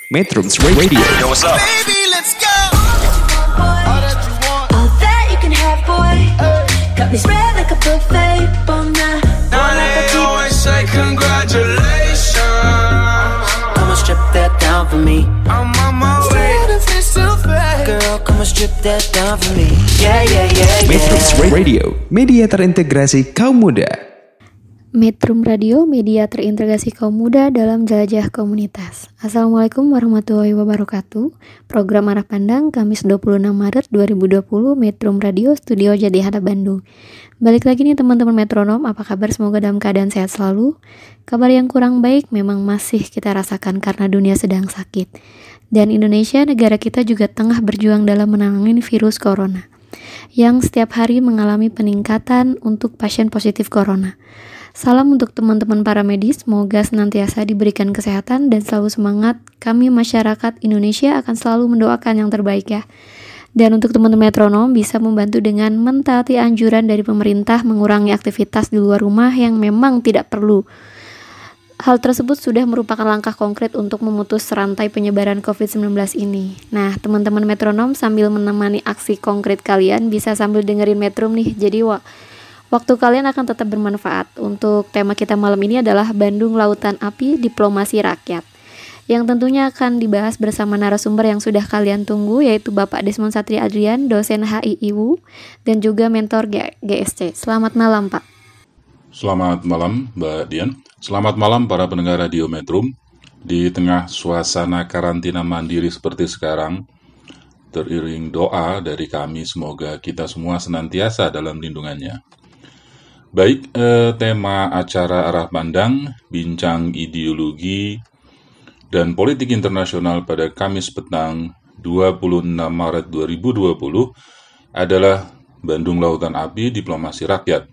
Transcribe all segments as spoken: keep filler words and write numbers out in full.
Metrums Radio. Yo, what's up? Baby, let's go. All that you want, All that you can have, boy. Got me spread like a buffet, bon night. now they always say congratulations. Come on, strip that down for me. I'm on my way. Girl, come on, strip that down for me. Yeah, yeah, yeah, yeah. Metrums Radio, media terintegrasi kaum muda. Metrum Radio, media terintegrasi kaum muda dalam jelajah komunitas. Assalamualaikum warahmatullahi wabarakatuh. Program Arah Pandang, Kamis dua puluh enam Maret dua ribu dua puluh, Metrum Radio, Studio Jati Hadap Bandung. Balik lagi nih teman-teman metronom, apa kabar? Semoga dalam keadaan sehat selalu. Kabar yang kurang baik memang masih kita rasakan karena dunia sedang sakit. Dan Indonesia, negara kita juga tengah berjuang dalam menangani virus corona, yang setiap hari mengalami peningkatan untuk pasien positif corona. Salam untuk teman-teman para medis, semoga senantiasa diberikan kesehatan dan selalu semangat. Kami masyarakat Indonesia akan selalu mendoakan yang terbaik ya. Dan untuk teman-teman metronom bisa membantu dengan mentaati anjuran dari pemerintah mengurangi aktivitas di luar rumah yang memang tidak perlu. Hal tersebut sudah merupakan langkah konkret untuk memutus rantai penyebaran covid sembilan belas ini. Nah, teman-teman metronom sambil menemani aksi konkret kalian bisa sambil dengerin Metrum nih. Jadi wah, waktu kalian akan tetap bermanfaat. Untuk tema kita malam ini adalah Bandung Lautan Api, Diplomasi Rakyat, yang tentunya akan dibahas bersama narasumber yang sudah kalian tunggu, yaitu Bapak Desmond Satria Adrian, dosen H I I W U, dan juga mentor G S C. Selamat malam, Pak. Selamat malam, Mbak Dian. Selamat malam para pendengar Radio Metrum. Di tengah suasana karantina mandiri seperti sekarang, teriring doa dari kami, semoga kita semua senantiasa dalam lindungannya. Baik, eh, tema acara Arah Pandang, Bincang Ideologi dan Politik Internasional pada Kamis petang dua puluh enam Maret dua ribu dua puluh adalah Bandung Lautan Api, Diplomasi Rakyat.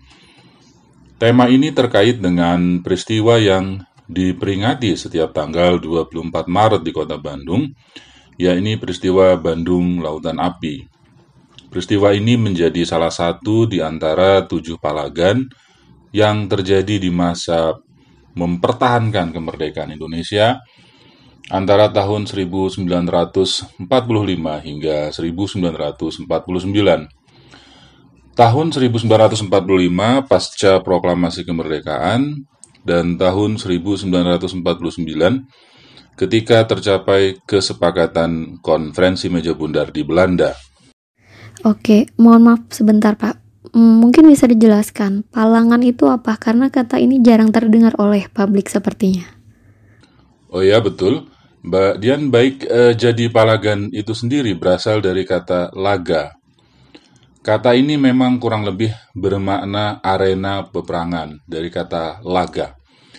Tema ini terkait dengan peristiwa yang diperingati setiap tanggal dua puluh empat Maret di Kota Bandung, yaitu peristiwa Bandung Lautan Api. Peristiwa ini menjadi salah satu di antara tujuh palagan yang terjadi di masa mempertahankan kemerdekaan Indonesia antara tahun seribu sembilan ratus empat puluh lima hingga seribu sembilan ratus empat puluh sembilan. Tahun seribu sembilan ratus empat puluh lima pasca proklamasi kemerdekaan dan tahun seribu sembilan ratus empat puluh sembilan ketika tercapai kesepakatan konferensi meja bundar di Belanda. Oke, mohon maaf sebentar, Pak. Hmm, mungkin bisa dijelaskan, palangan itu apa? Karena kata ini jarang terdengar oleh publik sepertinya. Oh ya, betul. Mbak Dian, baik, eh, jadi palagan itu sendiri berasal dari kata laga. Kata ini memang kurang lebih bermakna arena peperangan dari kata laga.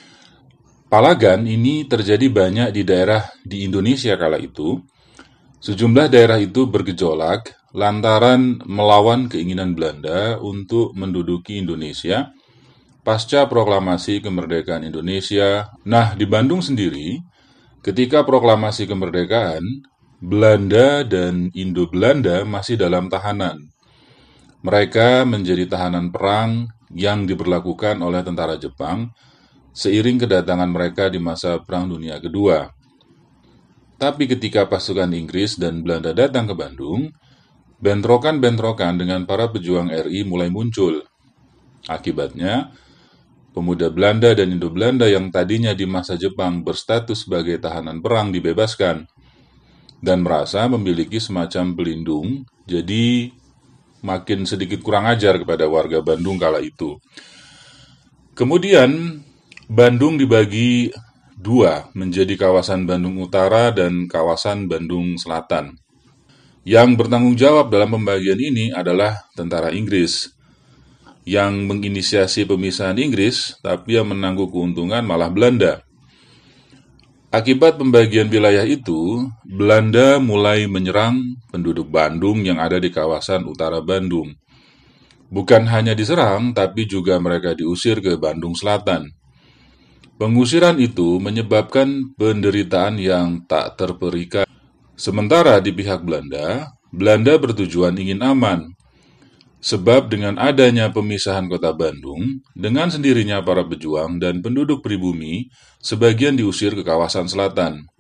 Palagan ini terjadi banyak di daerah di Indonesia kala itu. Sejumlah daerah itu bergejolak lantaran melawan keinginan Belanda untuk menduduki Indonesia pasca proklamasi kemerdekaan Indonesia. Nah, di Bandung sendiri, ketika proklamasi kemerdekaan, Belanda dan Indo-Belanda masih dalam tahanan. Mereka menjadi tahanan perang yang diberlakukan oleh tentara Jepang seiring kedatangan mereka di masa Perang Dunia Kedua. Tapi ketika pasukan Inggris dan Belanda datang ke Bandung, bentrokan-bentrokan dengan para pejuang R I mulai muncul. Akibatnya, pemuda Belanda dan Indo-Belanda yang tadinya di masa Jepang berstatus sebagai tahanan perang dibebaskan dan merasa memiliki semacam pelindung, jadi makin sedikit kurang ajar kepada warga Bandung kala itu. Kemudian, Bandung dibagi dua menjadi kawasan Bandung Utara dan kawasan Bandung Selatan. Yang bertanggung jawab dalam pembagian ini adalah tentara Inggris, yang menginisiasi pemisahan Inggris, tapi yang menanggung keuntungan malah Belanda. Akibat pembagian wilayah itu, Belanda mulai menyerang penduduk Bandung yang ada di kawasan utara Bandung. Bukan hanya diserang, tapi juga mereka diusir ke Bandung Selatan. Pengusiran itu menyebabkan penderitaan yang tak terperikai. Sementara di pihak Belanda, Belanda bertujuan ingin aman. Sebab dengan adanya pemisahan kota Bandung, dengan sendirinya para pejuang dan penduduk pribumi, sebagian diusir ke kawasan selatan.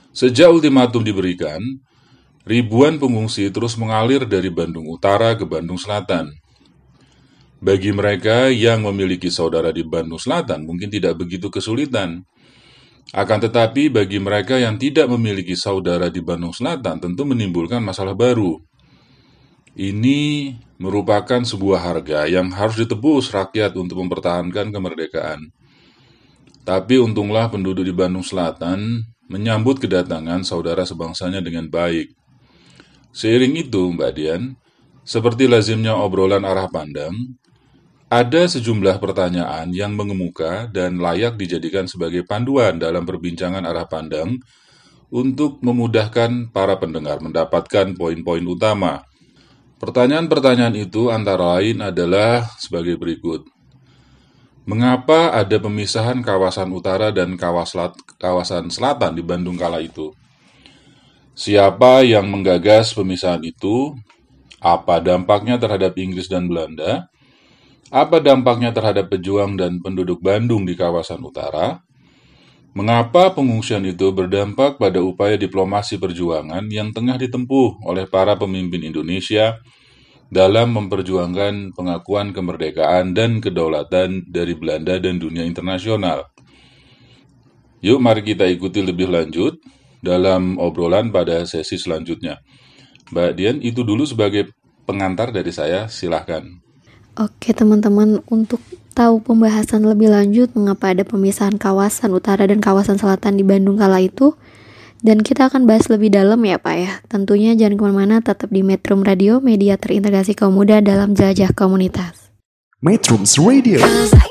Sejak ultimatum diberikan, ribuan pengungsi terus mengalir dari Bandung Utara ke Bandung Selatan. Bagi mereka yang memiliki saudara di Bandung Selatan mungkin tidak begitu kesulitan. Akan tetapi bagi mereka yang tidak memiliki saudara di Bandung Selatan tentu menimbulkan masalah baru. Ini merupakan sebuah harga yang harus ditebus rakyat untuk mempertahankan kemerdekaan. Tapi untunglah penduduk di Bandung Selatan menyambut kedatangan saudara sebangsanya dengan baik. Seiring itu, Mbak Dian, seperti lazimnya obrolan arah pandang, ada sejumlah pertanyaan yang mengemuka dan layak dijadikan sebagai panduan dalam perbincangan arah pandang untuk memudahkan para pendengar mendapatkan poin-poin utama. Pertanyaan-pertanyaan itu antara lain adalah sebagai berikut. Mengapa ada pemisahan kawasan utara dan kawasan selatan di Bandung kala itu? Siapa yang menggagas pemisahan itu? Apa dampaknya terhadap Inggris dan Belanda? Apa dampaknya terhadap pejuang dan penduduk Bandung di kawasan utara? Mengapa pengungsian itu berdampak pada upaya diplomasi perjuangan yang tengah ditempuh oleh para pemimpin Indonesia dalam memperjuangkan pengakuan kemerdekaan dan kedaulatan dari Belanda dan dunia internasional? Yuk mari kita ikuti lebih lanjut dalam obrolan pada sesi selanjutnya. Mbak Dian, itu dulu sebagai pengantar dari saya, silahkan. Oke teman-teman, untuk tahu pembahasan lebih lanjut mengapa ada pemisahan kawasan utara dan kawasan selatan di Bandung kala itu, dan kita akan bahas lebih dalam ya Pak ya. Tentunya jangan kemana-mana, tetap di Metrum Radio, media terintegrasi kaum muda dalam jelajah komunitas. Metrums Radio,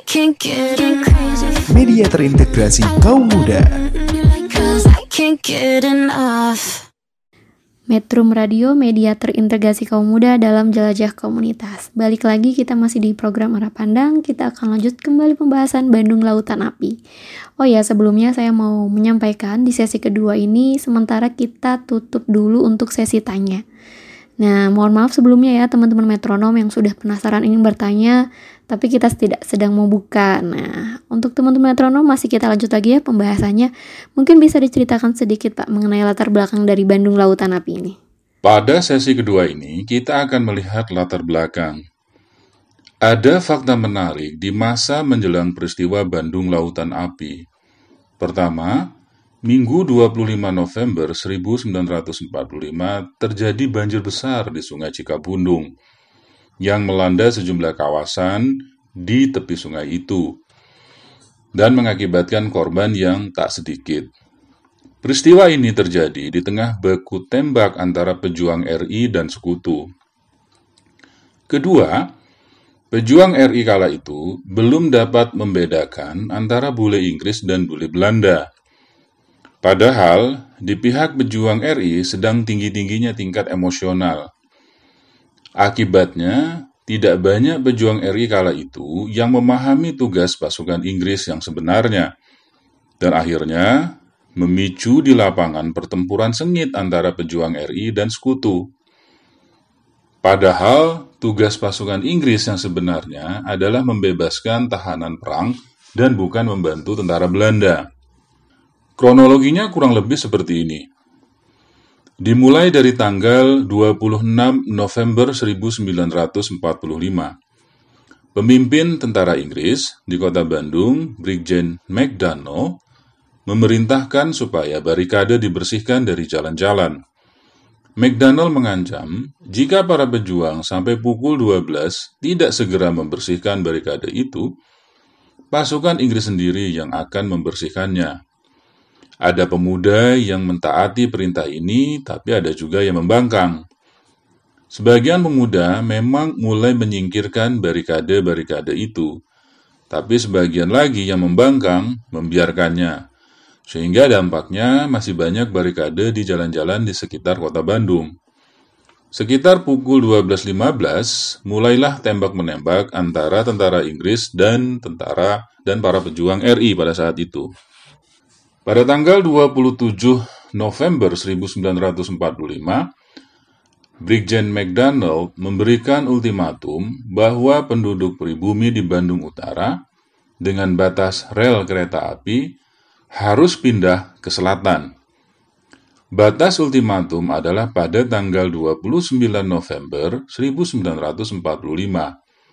media terintegrasi kaum muda. Metrum Radio, media terintegrasi kaum muda dalam jelajah komunitas. Balik lagi, kita masih di program Arah Pandang. Kita akan lanjut kembali pembahasan Bandung Lautan Api. Oh ya, sebelumnya saya mau menyampaikan di sesi kedua ini, sementara kita tutup dulu untuk sesi tanya. Nah, mohon maaf sebelumnya ya teman-teman metronom yang sudah penasaran ingin bertanya, tapi kita tidak sedang membuka. Nah, untuk teman-teman metronom masih kita lanjut lagi ya pembahasannya. Mungkin bisa diceritakan sedikit Pak mengenai latar belakang dari Bandung Lautan Api ini. Pada sesi kedua ini, kita akan melihat latar belakang. Ada fakta menarik di masa menjelang peristiwa Bandung Lautan Api. Pertama, Minggu dua puluh lima November seribu sembilan ratus empat puluh lima terjadi banjir besar di Sungai Cikapundung yang melanda sejumlah kawasan di tepi sungai itu dan mengakibatkan korban yang tak sedikit. Peristiwa ini terjadi di tengah baku tembak antara pejuang R I dan sekutu. Kedua, pejuang R I kala itu belum dapat membedakan antara bule Inggris dan bule Belanda. Padahal, di pihak pejuang R I sedang tinggi-tingginya tingkat emosional. Akibatnya, tidak banyak pejuang R I kala itu yang memahami tugas pasukan Inggris yang sebenarnya, dan akhirnya memicu di lapangan pertempuran sengit antara pejuang R I dan sekutu. Padahal, tugas pasukan Inggris yang sebenarnya adalah membebaskan tahanan perang dan bukan membantu tentara Belanda. Kronologinya kurang lebih seperti ini. Dimulai dari tanggal dua puluh enam November seribu sembilan ratus empat puluh lima. Pemimpin tentara Inggris di kota Bandung, Brigjen McDonnell, memerintahkan supaya barikade dibersihkan dari jalan-jalan. McDonnell mengancam, jika para pejuang sampai pukul dua belas tidak segera membersihkan barikade itu, pasukan Inggris sendiri yang akan membersihkannya. Ada pemuda yang mentaati perintah ini, tapi ada juga yang membangkang. Sebagian pemuda memang mulai menyingkirkan barikade-barikade itu, tapi sebagian lagi yang membangkang membiarkannya, sehingga dampaknya masih banyak barikade di jalan-jalan di sekitar kota Bandung. Sekitar pukul dua belas lima belas, mulailah tembak-menembak antara tentara Inggris dan tentara dan para pejuang R I pada saat itu. Pada tanggal dua puluh tujuh November seribu sembilan ratus empat puluh lima, Brigjen McDonnell memberikan ultimatum bahwa penduduk pribumi di Bandung Utara dengan batas rel kereta api harus pindah ke selatan. Batas ultimatum adalah pada tanggal dua puluh sembilan November seribu sembilan ratus empat puluh lima.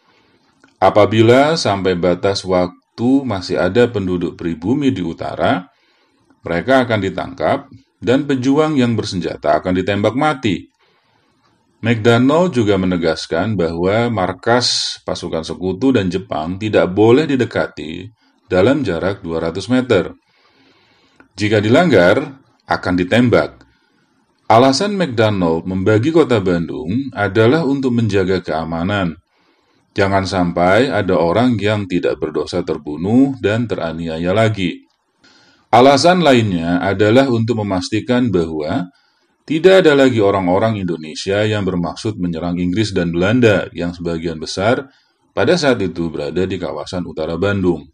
Apabila sampai batas waktu masih ada penduduk pribumi di utara, mereka akan ditangkap dan pejuang yang bersenjata akan ditembak mati. McDonnell juga menegaskan bahwa markas pasukan sekutu dan Jepang tidak boleh didekati dalam jarak dua ratus meter. Jika dilanggar, akan ditembak. Alasan McDonnell membagi kota Bandung adalah untuk menjaga keamanan. Jangan sampai ada orang yang tidak berdosa terbunuh dan teraniaya lagi. Alasan lainnya adalah untuk memastikan bahwa tidak ada lagi orang-orang Indonesia yang bermaksud menyerang Inggris dan Belanda yang sebagian besar pada saat itu berada di kawasan utara Bandung.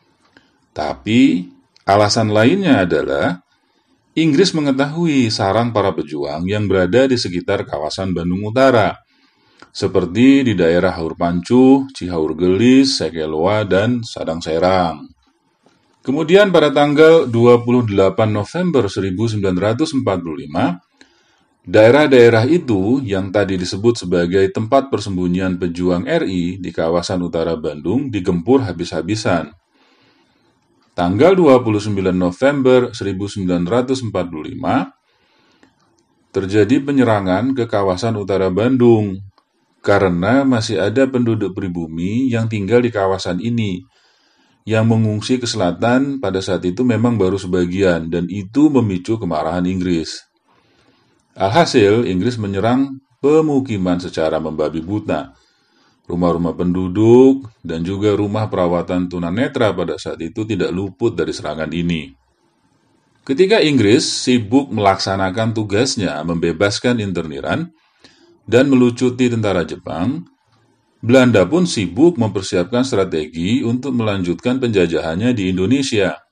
Tapi, alasan lainnya adalah Inggris mengetahui sarang para pejuang yang berada di sekitar kawasan Bandung Utara, seperti di daerah Haur Pancuh, Cihaur Gelis, Sekeloa, dan Sadang Serang. Kemudian pada tanggal dua puluh delapan November seribu sembilan ratus empat puluh lima, daerah-daerah itu yang tadi disebut sebagai tempat persembunyian pejuang R I di kawasan utara Bandung digempur habis-habisan. Tanggal dua puluh sembilan November seribu sembilan ratus empat puluh lima, terjadi penyerangan ke kawasan utara Bandung karena masih ada penduduk pribumi yang tinggal di kawasan ini yang mengungsi ke selatan pada saat itu memang baru sebagian dan itu memicu kemarahan Inggris. Alhasil, Inggris menyerang pemukiman secara membabi buta. Rumah-rumah penduduk dan juga rumah perawatan tunanetra pada saat itu tidak luput dari serangan ini. Ketika Inggris sibuk melaksanakan tugasnya membebaskan interniran dan melucuti tentara Jepang, Belanda pun sibuk mempersiapkan strategi untuk melanjutkan penjajahannya di Indonesia.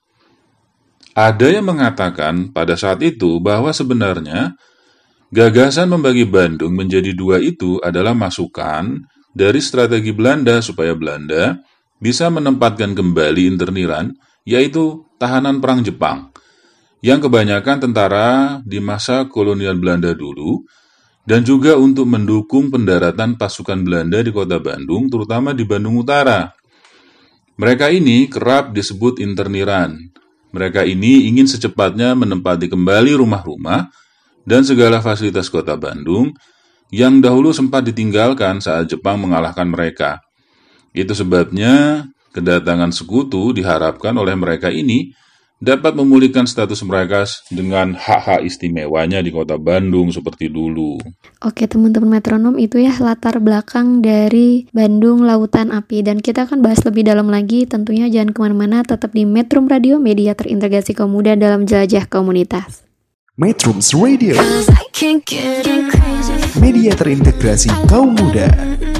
Ada yang mengatakan pada saat itu bahwa sebenarnya gagasan membagi Bandung menjadi dua itu adalah masukan dari strategi Belanda supaya Belanda bisa menempatkan kembali interniran, yaitu tahanan perang Jepang, yang kebanyakan tentara di masa kolonial Belanda dulu, dan juga untuk mendukung pendaratan pasukan Belanda di kota Bandung, terutama di Bandung Utara. Mereka ini kerap disebut interniran. Mereka ini ingin secepatnya menempati kembali rumah-rumah dan segala fasilitas kota Bandung yang dahulu sempat ditinggalkan saat Jepang mengalahkan mereka. Itu sebabnya kedatangan sekutu diharapkan oleh mereka ini dapat memulihkan status mereka dengan hak-hak istimewanya di kota Bandung seperti dulu. Oke teman-teman metronom, itu ya latar belakang dari Bandung Lautan Api. Dan kita akan bahas lebih dalam lagi, tentunya jangan kemana-mana, tetap di Metrum Radio, media terintegrasi kaum muda dalam jelajah komunitas. Metrums Radio, media terintegrasi kaum muda.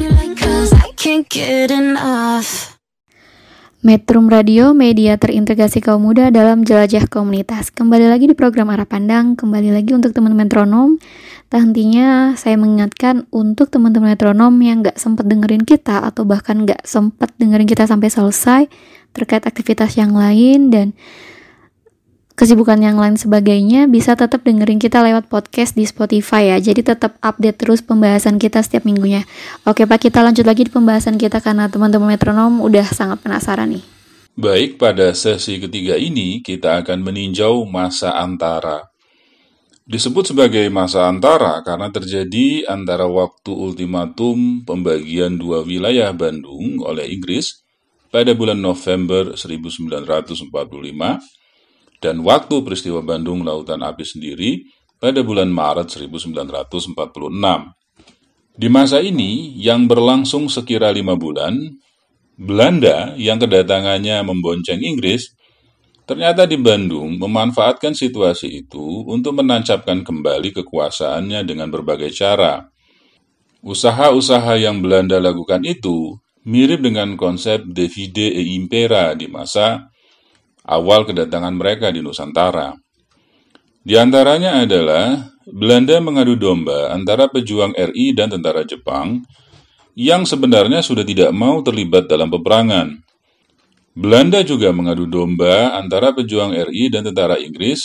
Metrum Radio, media terintegrasi kaum muda dalam jelajah komunitas. Kembali lagi di program Arah Pandang, kembali lagi untuk teman-teman metronom. Tak hentinya saya mengingatkan untuk teman-teman metronom yang gak sempat dengerin kita atau bahkan gak sempat dengerin kita sampai selesai terkait aktivitas yang lain dan kesibukan yang lain sebagainya, bisa tetap dengerin kita lewat podcast di Spotify ya. Jadi tetap update terus pembahasan kita setiap minggunya. Oke Pak, kita lanjut lagi di pembahasan kita karena teman-teman metronom udah sangat penasaran nih. Baik, pada sesi ketiga ini kita akan meninjau masa antara. Disebut sebagai masa antara karena terjadi antara waktu ultimatum pembagian dua wilayah Bandung oleh Inggris pada bulan November seribu sembilan ratus empat puluh lima dan waktu peristiwa Bandung Lautan Api sendiri pada bulan Maret seribu sembilan ratus empat puluh enam. Di masa ini, yang berlangsung sekira lima bulan, Belanda yang kedatangannya membonceng Inggris, ternyata di Bandung memanfaatkan situasi itu untuk menancapkan kembali kekuasaannya dengan berbagai cara. Usaha-usaha yang Belanda lakukan itu mirip dengan konsep divide et impera di masa awal kedatangan mereka di Nusantara. Di antaranya adalah Belanda mengadu domba antara pejuang R I dan tentara Jepang yang sebenarnya sudah tidak mau terlibat dalam peperangan. Belanda juga mengadu domba antara pejuang R I dan tentara Inggris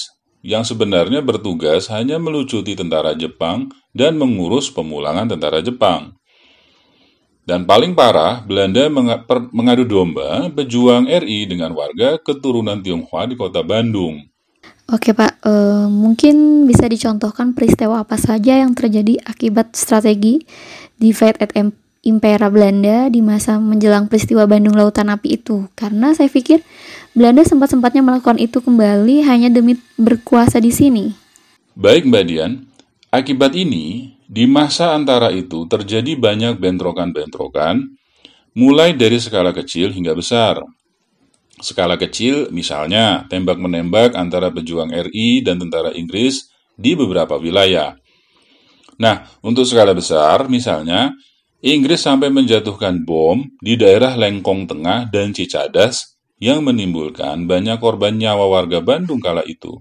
yang sebenarnya bertugas hanya melucuti tentara Jepang dan mengurus pemulangan tentara Jepang. Dan paling parah, Belanda mengadu domba pejuang R I dengan warga keturunan Tionghoa di kota Bandung. Oke Pak, uh, mungkin bisa dicontohkan peristiwa apa saja yang terjadi akibat strategi divide and impera Belanda di masa menjelang peristiwa Bandung Lautan Api itu. Karena saya pikir Belanda sempat-sempatnya melakukan itu kembali hanya demi berkuasa di sini. Baik Mbak Dian, akibat ini di masa antara itu terjadi banyak bentrokan-bentrokan, mulai dari skala kecil hingga besar. Skala kecil misalnya tembak-menembak antara pejuang R I dan tentara Inggris di beberapa wilayah. Nah, untuk skala besar misalnya, Inggris sampai menjatuhkan bom di daerah Lengkong Tengah dan Cicadas yang menimbulkan banyak korban nyawa warga Bandung kala itu.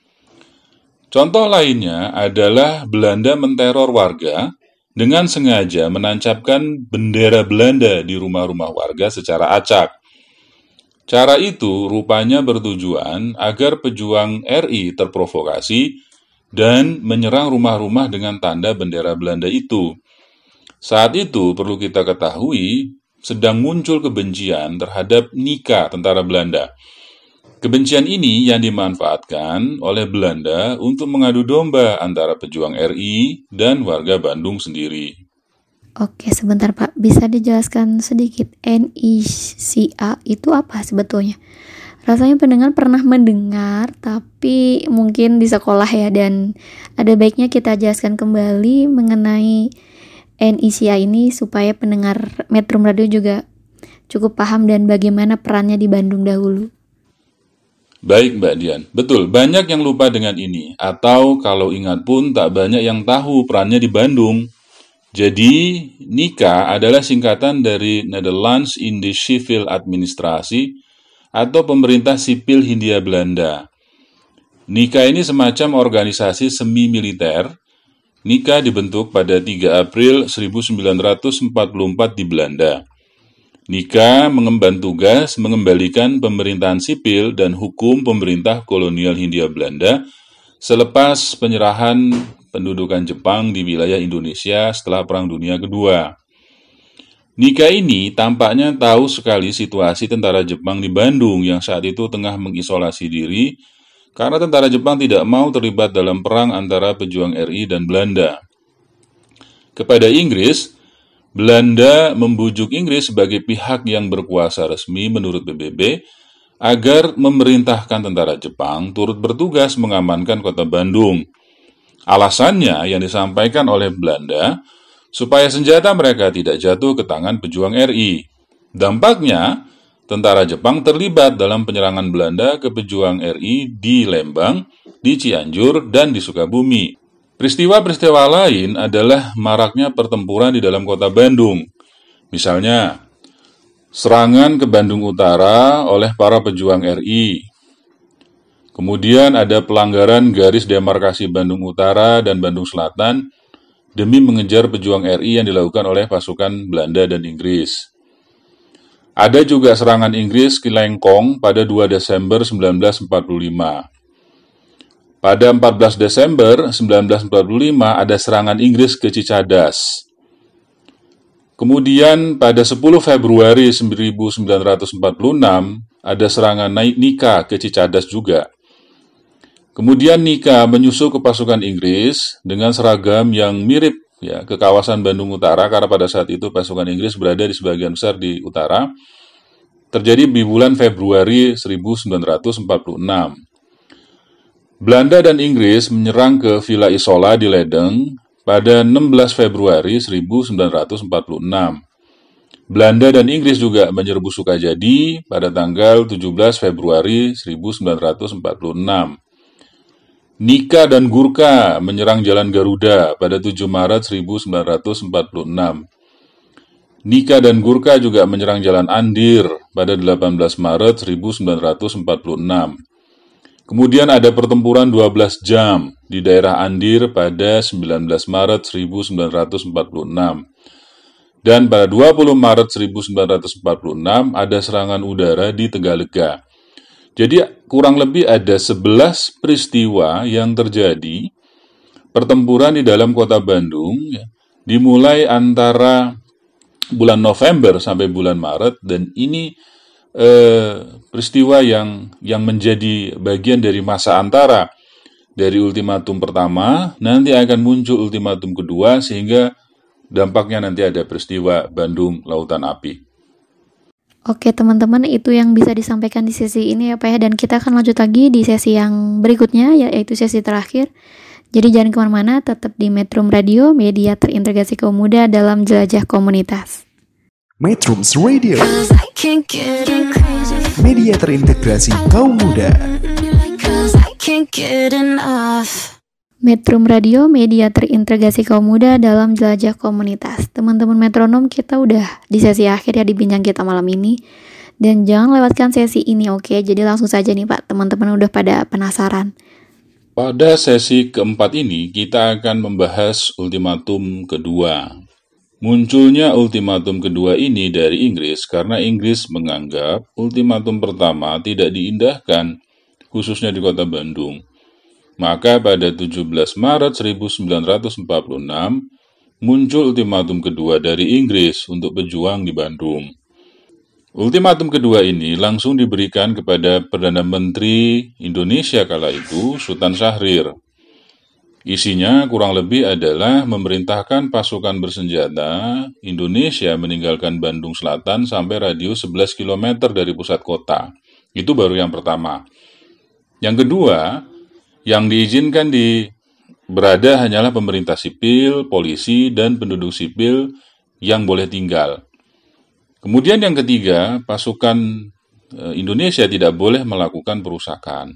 Contoh lainnya adalah Belanda menteror warga dengan sengaja menancapkan bendera Belanda di rumah-rumah warga secara acak. Cara itu rupanya bertujuan agar pejuang R I terprovokasi dan menyerang rumah-rumah dengan tanda bendera Belanda itu. Saat itu perlu kita ketahui sedang muncul kebencian terhadap Nika tentara Belanda. Kebencian ini yang dimanfaatkan oleh Belanda untuk mengadu domba antara pejuang R I dan warga Bandung sendiri. Oke, sebentar Pak. Bisa dijelaskan sedikit N I C A itu apa sebetulnya? Rasanya pendengar pernah mendengar, tapi mungkin di sekolah ya, dan ada baiknya kita jelaskan kembali mengenai N I C A ini supaya pendengar Metro Radio juga cukup paham dan bagaimana perannya di Bandung dahulu. Baik Mbak Dian, betul, banyak yang lupa dengan ini, atau kalau ingat pun tak banyak yang tahu perannya di Bandung. Jadi, Nika adalah singkatan dari Nederlands Indische Civil Administratie atau Pemerintah Sipil Hindia Belanda. Nika ini semacam organisasi semi-militer. Nika dibentuk pada tiga April seribu sembilan ratus empat puluh empat di Belanda. Nika mengemban tugas mengembalikan pemerintahan sipil dan hukum pemerintah kolonial Hindia Belanda selepas penyerahan pendudukan Jepang di wilayah Indonesia setelah Perang Dunia Kedua. Nika ini tampaknya tahu sekali situasi tentara Jepang di Bandung yang saat itu tengah mengisolasi diri karena tentara Jepang tidak mau terlibat dalam perang antara pejuang R I dan Belanda. Kepada Inggris, Belanda membujuk Inggris sebagai pihak yang berkuasa resmi menurut P B B agar memerintahkan tentara Jepang turut bertugas mengamankan kota Bandung. Alasannya yang disampaikan oleh Belanda supaya senjata mereka tidak jatuh ke tangan pejuang R I. Dampaknya, tentara Jepang terlibat dalam penyerangan Belanda ke pejuang R I di Lembang, di Cianjur, dan di Sukabumi. Peristiwa-peristiwa lain adalah maraknya pertempuran di dalam kota Bandung. Misalnya, serangan ke Bandung Utara oleh para pejuang R I. Kemudian ada pelanggaran garis demarkasi Bandung Utara dan Bandung Selatan demi mengejar pejuang R I yang dilakukan oleh pasukan Belanda dan Inggris. Ada juga serangan Inggris ke Lengkong pada dua Desember seribu sembilan ratus empat puluh lima. Pada empat belas Desember seribu sembilan ratus empat puluh lima ada serangan Inggris ke Cicadas. Kemudian pada sepuluh Februari seribu sembilan ratus empat puluh enam ada serangan Nika ke Cicadas juga. Kemudian Nika menyusul ke pasukan Inggris dengan seragam yang mirip ya ke kawasan Bandung Utara karena pada saat itu pasukan Inggris berada di sebagian besar di utara. Terjadi di bulan Februari seribu sembilan ratus empat puluh enam. Belanda dan Inggris menyerang ke Villa Isola di Ledeng pada enam belas Februari seribu sembilan ratus empat puluh enam. Belanda dan Inggris juga menyerbu Sukajadi pada tanggal tujuh belas Februari seribu sembilan ratus empat puluh enam. Nika dan Gurkha menyerang Jalan Garuda pada tujuh Maret seribu sembilan ratus empat puluh enam. Nika dan Gurkha juga menyerang Jalan Andir pada delapan belas Maret seribu sembilan ratus empat puluh enam. Kemudian ada pertempuran dua belas jam di daerah Andir pada sembilan belas Maret seribu sembilan ratus empat puluh enam. Dan pada dua puluh Maret seribu sembilan ratus empat puluh enam ada serangan udara di Tegalega. Jadi kurang lebih ada sebelas peristiwa yang terjadi pertempuran di dalam kota Bandung, ya, dimulai antara bulan November sampai bulan Maret, dan ini eh, peristiwa yang yang menjadi bagian dari masa antara dari ultimatum pertama, nanti akan muncul ultimatum kedua, sehingga dampaknya nanti ada peristiwa Bandung Lautan Api. Oke teman-teman, itu yang bisa disampaikan di sesi ini ya Pak ya, dan kita akan lanjut lagi di sesi yang berikutnya, yaitu sesi terakhir. Jadi jangan kemana-mana, tetap di Metrum Radio, media terintegrasi kaum muda dalam jelajah komunitas. Metrums Radio, 'Cause I can't get enough. media terintegrasi kaum muda. 'Cause I can't get enough. Metrum Radio, media terintegrasi kaum muda dalam jelajah komunitas. Teman-teman metronom, kita udah di sesi akhir ya di bincang kita malam ini. Dan jangan lewatkan sesi ini, oke? Jadi langsung saja nih Pak, teman-teman udah pada penasaran. Pada sesi keempat ini, kita akan membahas ultimatum kedua. Munculnya ultimatum kedua ini dari Inggris karena Inggris menganggap ultimatum pertama tidak diindahkan, khususnya di kota Bandung. Maka pada tujuh belas Maret seribu sembilan ratus empat puluh enam, muncul ultimatum kedua dari Inggris untuk pejuang di Bandung. Ultimatum kedua ini langsung diberikan kepada Perdana Menteri Indonesia kala itu, Sultan Syahrir. Isinya kurang lebih adalah memerintahkan pasukan bersenjata Indonesia meninggalkan Bandung Selatan sampai radius sebelas kilometer dari pusat kota. Itu baru yang pertama. Yang kedua, yang diizinkan di berada hanyalah pemerintah sipil, polisi, dan penduduk sipil yang boleh tinggal. Kemudian yang ketiga, pasukan Indonesia tidak boleh melakukan perusakan.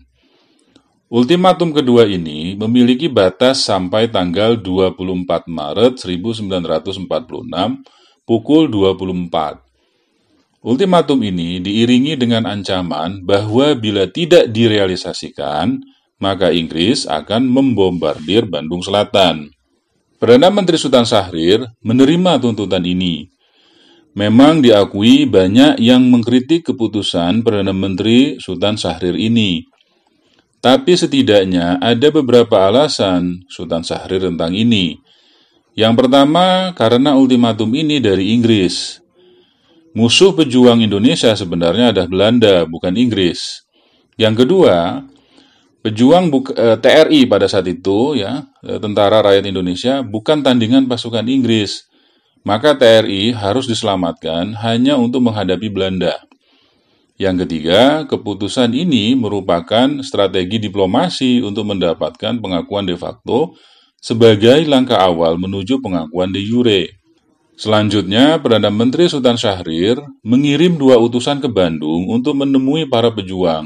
Ultimatum kedua ini memiliki batas sampai tanggal dua puluh empat Maret seribu sembilan ratus empat puluh enam pukul dua puluh empat. Ultimatum ini diiringi dengan ancaman bahwa bila tidak direalisasikan, maka Inggris akan membombardir Bandung Selatan. Perdana Menteri Sultan Syahrir menerima tuntutan ini. Memang diakui banyak yang mengkritik keputusan Perdana Menteri Sultan Syahrir ini. Tapi setidaknya ada beberapa alasan Sultan Syahrir tentang ini. Yang pertama, karena ultimatum ini dari Inggris. Musuh pejuang Indonesia sebenarnya adalah Belanda, bukan Inggris. Yang kedua, pejuang buk, eh, T R I pada saat itu, ya, Tentara Rakyat Indonesia, bukan tandingan pasukan Inggris. Maka T R I harus diselamatkan hanya untuk menghadapi Belanda. Yang ketiga, keputusan ini merupakan strategi diplomasi untuk mendapatkan pengakuan de facto sebagai langkah awal menuju pengakuan de jure. Selanjutnya, Perdana Menteri Sultan Syahrir mengirim dua utusan ke Bandung untuk menemui para pejuang,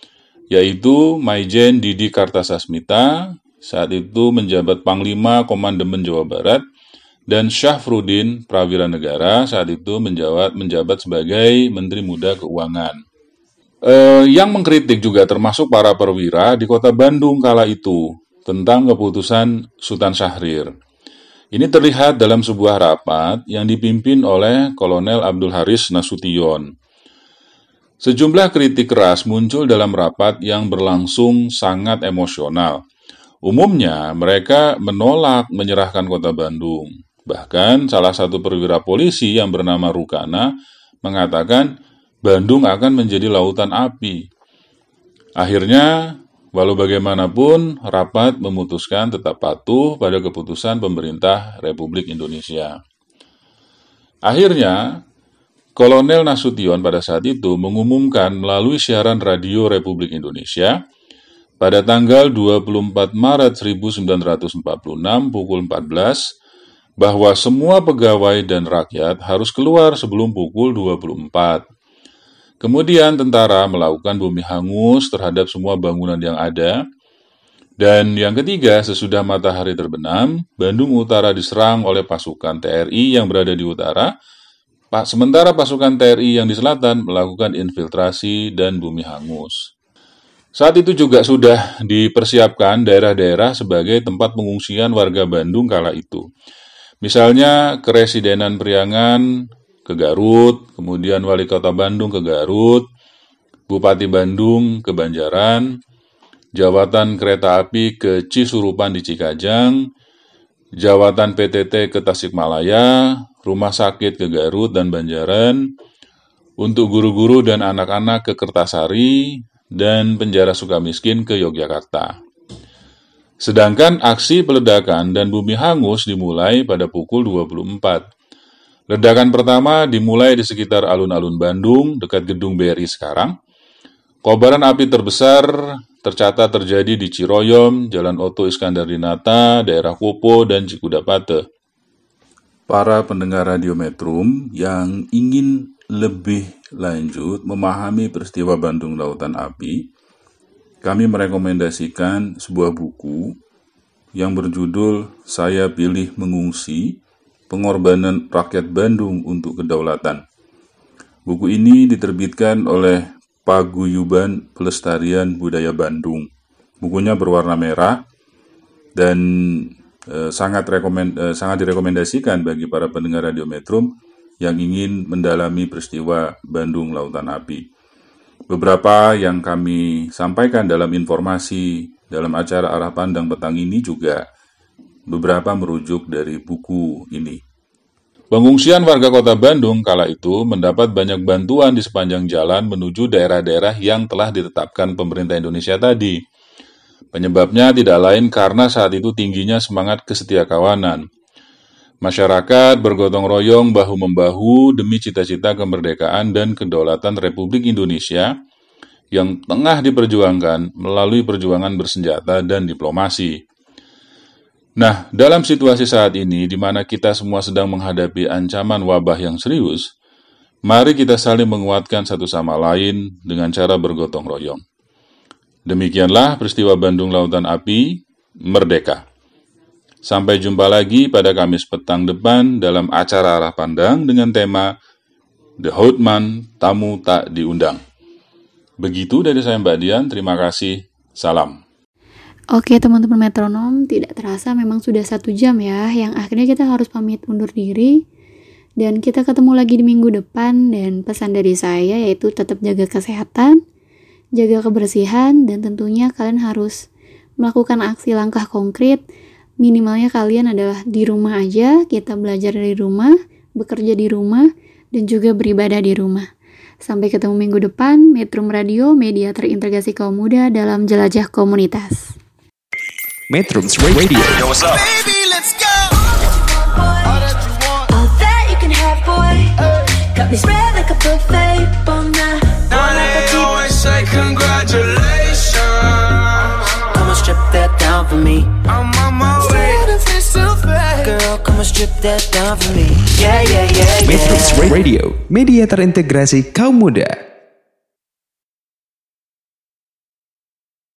yaitu Maijen Didi Kartasasmita, saat itu menjabat Panglima Komandemen Jawa Barat, dan Syafruddin Prawiranegara, saat itu menjabat, menjabat sebagai Menteri Muda Keuangan. Eh, yang mengkritik juga termasuk para perwira di kota Bandung kala itu, tentang keputusan Sultan Syahrir. Ini terlihat dalam sebuah rapat yang dipimpin oleh Kolonel Abdul Haris Nasution. Sejumlah kritik keras muncul dalam rapat yang berlangsung sangat emosional. Umumnya, mereka menolak menyerahkan kota Bandung. Bahkan, salah satu perwira polisi yang bernama Rukana mengatakan Bandung akan menjadi lautan api. Akhirnya, walau bagaimanapun, rapat memutuskan tetap patuh pada keputusan pemerintah Republik Indonesia. Akhirnya, Kolonel Nasution pada saat itu mengumumkan melalui siaran radio Republik Indonesia pada tanggal dua puluh empat Maret seribu sembilan ratus empat puluh enam pukul empat belas bahwa semua pegawai dan rakyat harus keluar sebelum pukul dua puluh empat. Kemudian tentara melakukan bumi hangus terhadap semua bangunan yang ada. Dan yang ketiga, sesudah matahari terbenam, Bandung Utara diserang oleh pasukan T R I yang berada di utara. Sementara pasukan T R I yang di selatan melakukan infiltrasi dan bumi hangus. Saat itu juga sudah dipersiapkan daerah-daerah sebagai tempat pengungsian warga Bandung kala itu. Misalnya Keresidenan Priangan ke Garut, kemudian Wali Kota Bandung ke Garut, Bupati Bandung ke Banjaran, jawatan kereta api ke Cisurupan di Cikajang, jawatan P T T ke Tasikmalaya, rumah sakit ke Garut dan Banjaran, untuk guru-guru dan anak-anak ke Kertasari, dan penjara Sukamiskin ke Yogyakarta. Sedangkan aksi peledakan dan bumi hangus dimulai pada pukul dua puluh empat. Ledakan pertama dimulai di sekitar alun-alun Bandung, dekat gedung B R I sekarang. Kobaran api terbesar tercatat terjadi di Ciroyom, Jalan Oto Iskandar-Dinata, daerah Kopo, dan Cikudapate. Para pendengar Radio Metrum yang ingin lebih lanjut memahami peristiwa Bandung Lautan Api, kami merekomendasikan sebuah buku yang berjudul Saya Pilih Mengungsi, Pengorbanan Rakyat Bandung untuk Kedaulatan. Buku ini diterbitkan oleh Paguyuban Pelestarian Budaya Bandung. Bukunya berwarna merah dan eh, sangat, rekomend, eh, sangat direkomendasikan bagi para pendengar Radio Metrum yang ingin mendalami peristiwa Bandung Lautan Api. Beberapa yang kami sampaikan dalam informasi dalam acara Arah Pandang petang ini juga beberapa merujuk dari buku ini. Pengungsian warga kota Bandung kala itu mendapat banyak bantuan di sepanjang jalan menuju daerah-daerah yang telah ditetapkan pemerintah Indonesia tadi. Penyebabnya tidak lain karena saat itu tingginya semangat kesetiakawanan. Masyarakat bergotong royong bahu-membahu demi cita-cita kemerdekaan dan kedaulatan Republik Indonesia yang tengah diperjuangkan melalui perjuangan bersenjata dan diplomasi. Nah, dalam situasi saat ini di mana kita semua sedang menghadapi ancaman wabah yang serius, mari kita saling menguatkan satu sama lain dengan cara bergotong royong. Demikianlah peristiwa Bandung Lautan Api, Merdeka. Sampai jumpa lagi pada Kamis petang depan dalam acara Arah Pandang dengan tema The Hotman, Tamu Tak Diundang. Begitu dari saya Mbak Dian, terima kasih, salam. Oke teman-teman metronom, tidak terasa memang sudah satu jam ya, yang akhirnya kita harus pamit undur diri. Dan kita ketemu lagi di minggu depan, dan pesan dari saya yaitu tetap jaga kesehatan, jaga kebersihan, dan tentunya kalian harus melakukan aksi langkah konkret. Minimalnya kalian adalah di rumah aja, kita belajar dari rumah, bekerja di rumah, dan juga beribadah di rumah. Sampai ketemu minggu depan, Metrum Radio, media terintegrasi kaum muda dalam jelajah komunitas. Metrum Radio. Yo, what's up? Baby, let's go. All that you want. All that you can have, boy. Got me spread like a buffet, bon night. Now they always say congratulations. Come on, strip that down for me. I'm on my way. Girl, come on, strip that down for me. Yeah, yeah, yeah, yeah. Metrum Radio, media terintegrasi kaum muda.